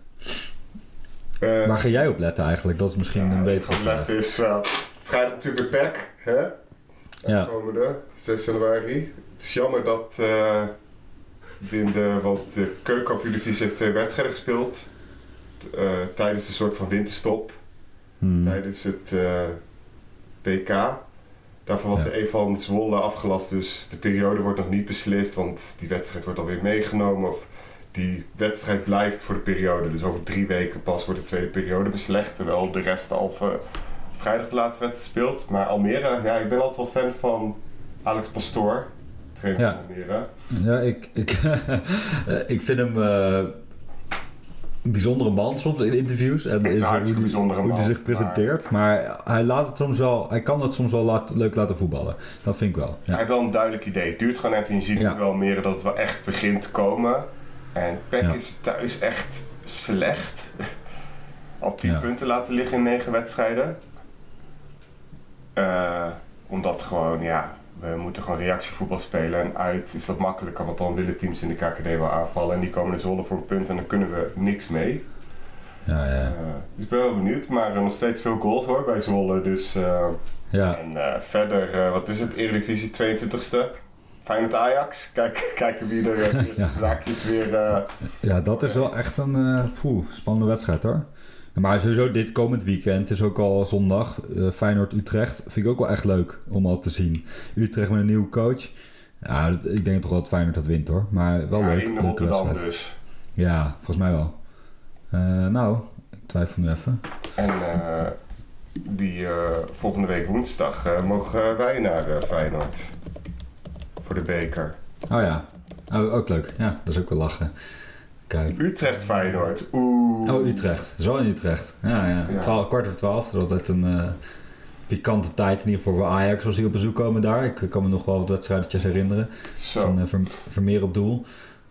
Uh, Waar ga jij op letten eigenlijk? Dat is misschien ja, een betere het vraag. is uh, vrijdag natuurlijk weer P E C. Hè? Ja. Komende, zes januari. Het is jammer dat uh, in de, want de keukenkampioen-divisie heeft twee wedstrijden gespeeld. T, uh, tijdens een soort van winterstop. Hmm. Tijdens het uh, W K. Daarvoor was Ja. er een van Zwolle afgelast. Dus de periode wordt nog niet beslist. Want die wedstrijd wordt alweer meegenomen. Of die wedstrijd blijft voor de periode. Dus over drie weken pas wordt de tweede periode beslecht. Terwijl de rest al uh, vrijdag de laatste wedstrijd speelt. Maar Almere, ja, ik ben altijd wel fan van Alex Pastoor. Trainer Ja. van Almere. Ja, ik, ik, ik vind hem... Uh, een bijzondere man soms in interviews. En Het is een hoe hartstikke die- bijzondere hoe man. hij zich presenteert. Maar, maar hij, laat het soms wel, hij kan het soms wel laat, leuk laten voetballen. Dat vind ik wel. Hij Ja, heeft wel een duidelijk idee. Het duurt gewoon even. Je ziet Ja. nu wel meer dat het wel echt begint te komen. En P E C Ja. is thuis echt slecht. Al tien Ja. punten laten liggen in negen wedstrijden. Uh, omdat gewoon, ja, we moeten gewoon reactievoetbal spelen. En uit is dat makkelijker, want dan willen teams in de K K D wel aanvallen. En die komen in Zwolle voor een punt en dan kunnen we niks mee. ja, ja. Uh, dus ik ben wel benieuwd. Maar uh, nog steeds veel goals hoor bij Zwolle. Dus, uh, ja. En uh, verder, uh, wat is het? Eredivisie tweeëntwintigste. Feyenoord Ajax. Kijk, kijken wie er uh, Ja. zaakjes weer... Uh, ja, dat is wel echt een uh, poeh, spannende wedstrijd hoor. Maar sowieso dit komend weekend is ook al zondag. Uh, Feyenoord-Utrecht vind ik ook wel echt leuk om al te zien. Utrecht met een nieuwe coach. Ja, dat, ik denk toch wel dat Feyenoord dat wint hoor. Maar wel ja, leuk. in leuke Rotterdam wedstrijd. dus. Ja, volgens mij wel. Uh, nou, ik twijfel nu even. En uh, die uh, volgende week woensdag uh, mogen wij naar uh, Feyenoord. Voor de beker. Oh ja, oh, ook leuk. Ja, dat is ook wel lachen. Kijk. Utrecht Feyenoord. Oeh. Oh, Utrecht. Zo in Utrecht. Ja, ja. Ja. Twaalf, kwart over twaalf. Dat is altijd een uh, pikante tijd in ieder geval voor Ajax als die op bezoek komen daar. Ik kan me nog wel wat wedstrijdjes herinneren. Zo. Van uh, Ver, Vermeer op doel.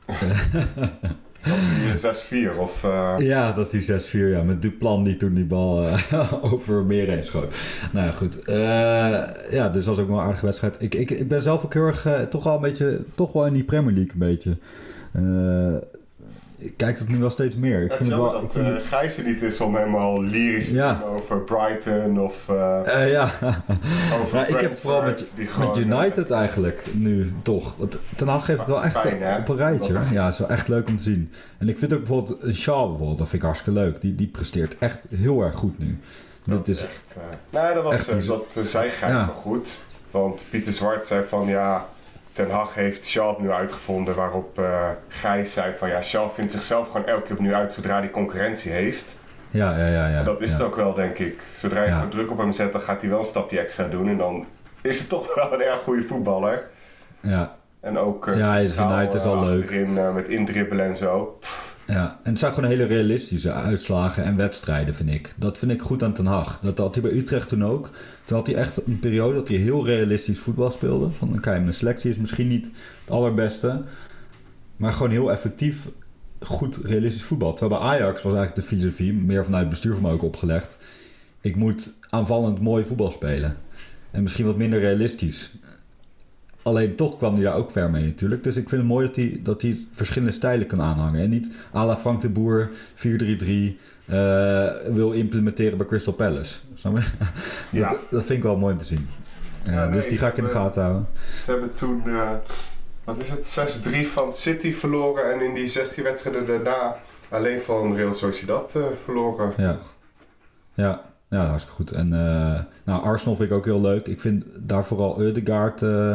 Is dat die zes vier of... Uh... Ja, dat is die zes vier. Ja, met Duplan die toen die bal uh, over Vermeer heen schoot. Nou ja, goed. Uh, ja, dus dat was ook wel een aardige wedstrijd. Ik, ik, ik ben zelf ook heel erg... Uh, toch wel een beetje... Toch wel in die Premier League een beetje... Uh, ik kijk het nu wel steeds meer. Ik Het is vind het jammer wel, dat ik vind uh, Gijs er niet is om helemaal lyrisch te Ja. doen over Brighton of uh, Uh, ja, over nou, ik heb het vooral met, die met gewoon, United eigenlijk nu toch. Want Ten Hag geeft het wel echt Fijn, hè? op een rijtje. Dat is- Ja, het is wel echt leuk om te zien. En ik vind ook bijvoorbeeld Shaw bijvoorbeeld, dat vind ik hartstikke leuk. Die, die presteert echt heel erg goed nu. Dat Dit is is echt... Uh, nou, dat was echt uh, bizar. dat uh, zei Gijs Ja. wel goed. Want Pieter Zwart zei van ja... Ten Hag heeft Shaw nu uitgevonden, waarop uh, Gijs zei van ja, Shaw vindt zichzelf gewoon elke keer opnieuw uit zodra hij concurrentie heeft. Ja, ja, ja. ja En dat is ja. het ook wel, denk ik. Zodra je Ja. gewoon druk op hem zet, dan gaat hij wel een stapje extra doen. En dan is het toch wel een erg goede voetballer. Ja, En ook uh, Ja, hij is centraal, United is wel uh, leuk. achterin uh, met indribbelen en zo. ja. En het zijn gewoon hele realistische uitslagen en wedstrijden, vind ik. Dat vind ik goed aan Ten Hag. Dat had hij bij Utrecht toen ook. Toen had hij echt een periode dat hij heel realistisch voetbal speelde. Van, oké, mijn selectie is misschien niet het allerbeste. Maar gewoon heel effectief, goed realistisch voetbal. Terwijl bij Ajax was eigenlijk de filosofie, meer vanuit het bestuur van mij ook opgelegd. Ik moet aanvallend mooi voetbal spelen. En misschien wat minder realistisch. Alleen toch kwam hij daar ook ver mee natuurlijk. Dus ik vind het mooi dat hij, dat hij verschillende stijlen kan aanhangen. En niet à la Frank de Boer vier drie drie uh, wil implementeren bij Crystal Palace. Snap je? Ja. Dat, dat vind ik wel mooi om te zien. Uh, Ja, nee, dus die ga ik in de we- gaten houden. Ze hebben toen, uh, wat is het, zes drie van City verloren. En in die zestien wedstrijden daarna alleen van Real Sociedad uh, verloren. Ja. Ja. Ja, hartstikke goed. En uh, nou, Arsenal vind ik ook heel leuk. Ik vind daar vooral Ødegaard uh,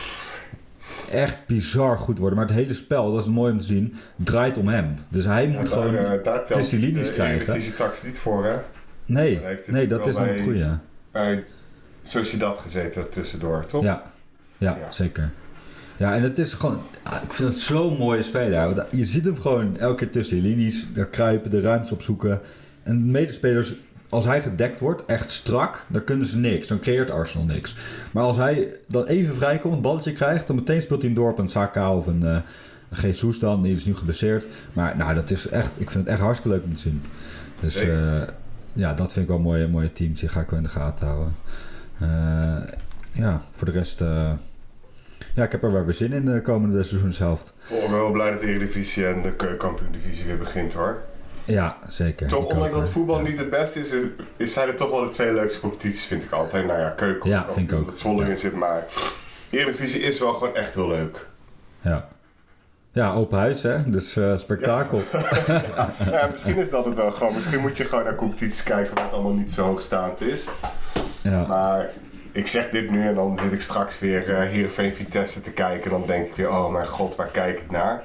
echt bizar goed worden. Maar het hele spel, dat is mooi om te zien, draait om hem. Dus hij moet Ja, gewoon daar, uh, daar telt tussen die linies de krijgen. Eredivisie straks niet voor, hè? Nee, Dan heeft hij nee, dat natuurlijk is wel een bij- goeie. Bij Sociedad gezeten tussendoor, toch? Ja, ja, Ja. zeker. Ja, en het is gewoon... ah, ik vind het zo'n mooie speler. Want je ziet hem gewoon elke keer tussen de linies, daar kruipen, de ruimtes opzoeken. En de medespelers, als hij gedekt wordt, echt strak, dan kunnen ze niks. Dan creëert Arsenal niks. Maar als hij dan even vrijkomt, een balletje krijgt, dan meteen speelt hij hem door op een Saka of een, uh, een Jesus dan. Die is nu geblesseerd. Maar nou, dat is echt... Ik vind het echt hartstikke leuk om te zien. Dus uh, ja, dat vind ik wel een mooie, mooie teams. Die ga ik wel in de gaten houden. Uh, ja, voor de rest... Uh, ja, ik heb er wel weer zin in de komende seizoenshelft. Oh, ik ben wel blij dat de Eredivisie en de Keukenkampioen-divisie weer begint, hoor. Ja, zeker. Toch, Ik ondanks ook, dat voetbal ja. niet het beste is, is, is zijn er toch wel de twee leukste competities, vind ik altijd. Nou ja, Keuken, Ja, vind ik ook. dat Zwolle Ja. in zit, maar Eredivisie is wel gewoon echt heel leuk. Ja. Ja, open huis, hè? Dus uh, spektakel. ja, ja, misschien is dat het wel gewoon. Misschien moet je gewoon naar competities kijken waar het allemaal niet zo hoogstaand is. Ja. Maar ik zeg dit nu en dan zit ik straks weer uh, Heerenveen Vitesse te kijken. En dan denk ik weer, oh mijn god, waar kijk ik naar?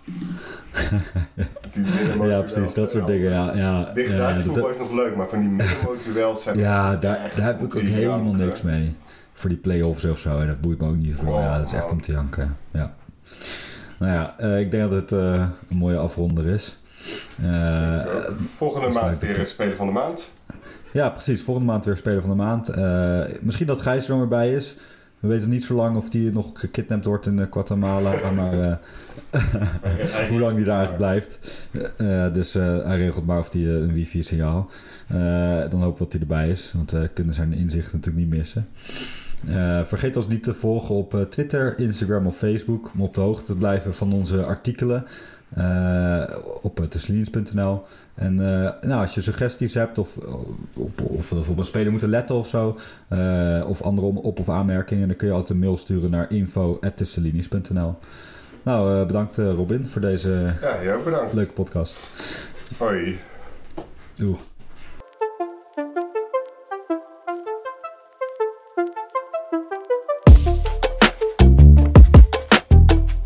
Die ja, precies, dat soort dingen. Ja, ja, degradatievoetbal ja, is nog leuk, maar van die middenmoot-duels zijn... ja daar, daar heb ik ook om te helemaal janken. niks mee. Voor die play-offs of zo. En dat boeit me ook niet voor. Wow, Ja, dat is echt man. om te janken. Ja. Nou ja, uh, ik denk dat het uh, een mooie afronder is. Uh, volgende dus maand weer een Speler van de Maand. Ja, precies. Volgende maand weer Speler van de Maand. Uh, misschien dat Gijs er nog weer bij is. We weten niet zo lang of die nog gekidnapt wordt in uh, Guatemala. maar uh, hoe lang die daar eigenlijk blijft. Uh, dus uh, hij regelt maar of hij uh, een wifi-signaal. Uh, dan hopen we dat hij erbij is. Want we kunnen zijn inzicht natuurlijk niet missen. Uh, vergeet ons niet te volgen op uh, Twitter, Instagram of Facebook. Om op de hoogte te blijven van onze artikelen. Uh, op uh, tussenlinies punt n l. En uh, nou, als je suggesties hebt of, of, of dat we op een speler moeten letten of zo, uh, of andere op- of aanmerkingen, dan kun je altijd een mail sturen naar info at tussenlinies punt n l. Nou, uh, bedankt uh, Robin voor deze ja, jij ook bedankt. leuke podcast. Hoi. Doeg.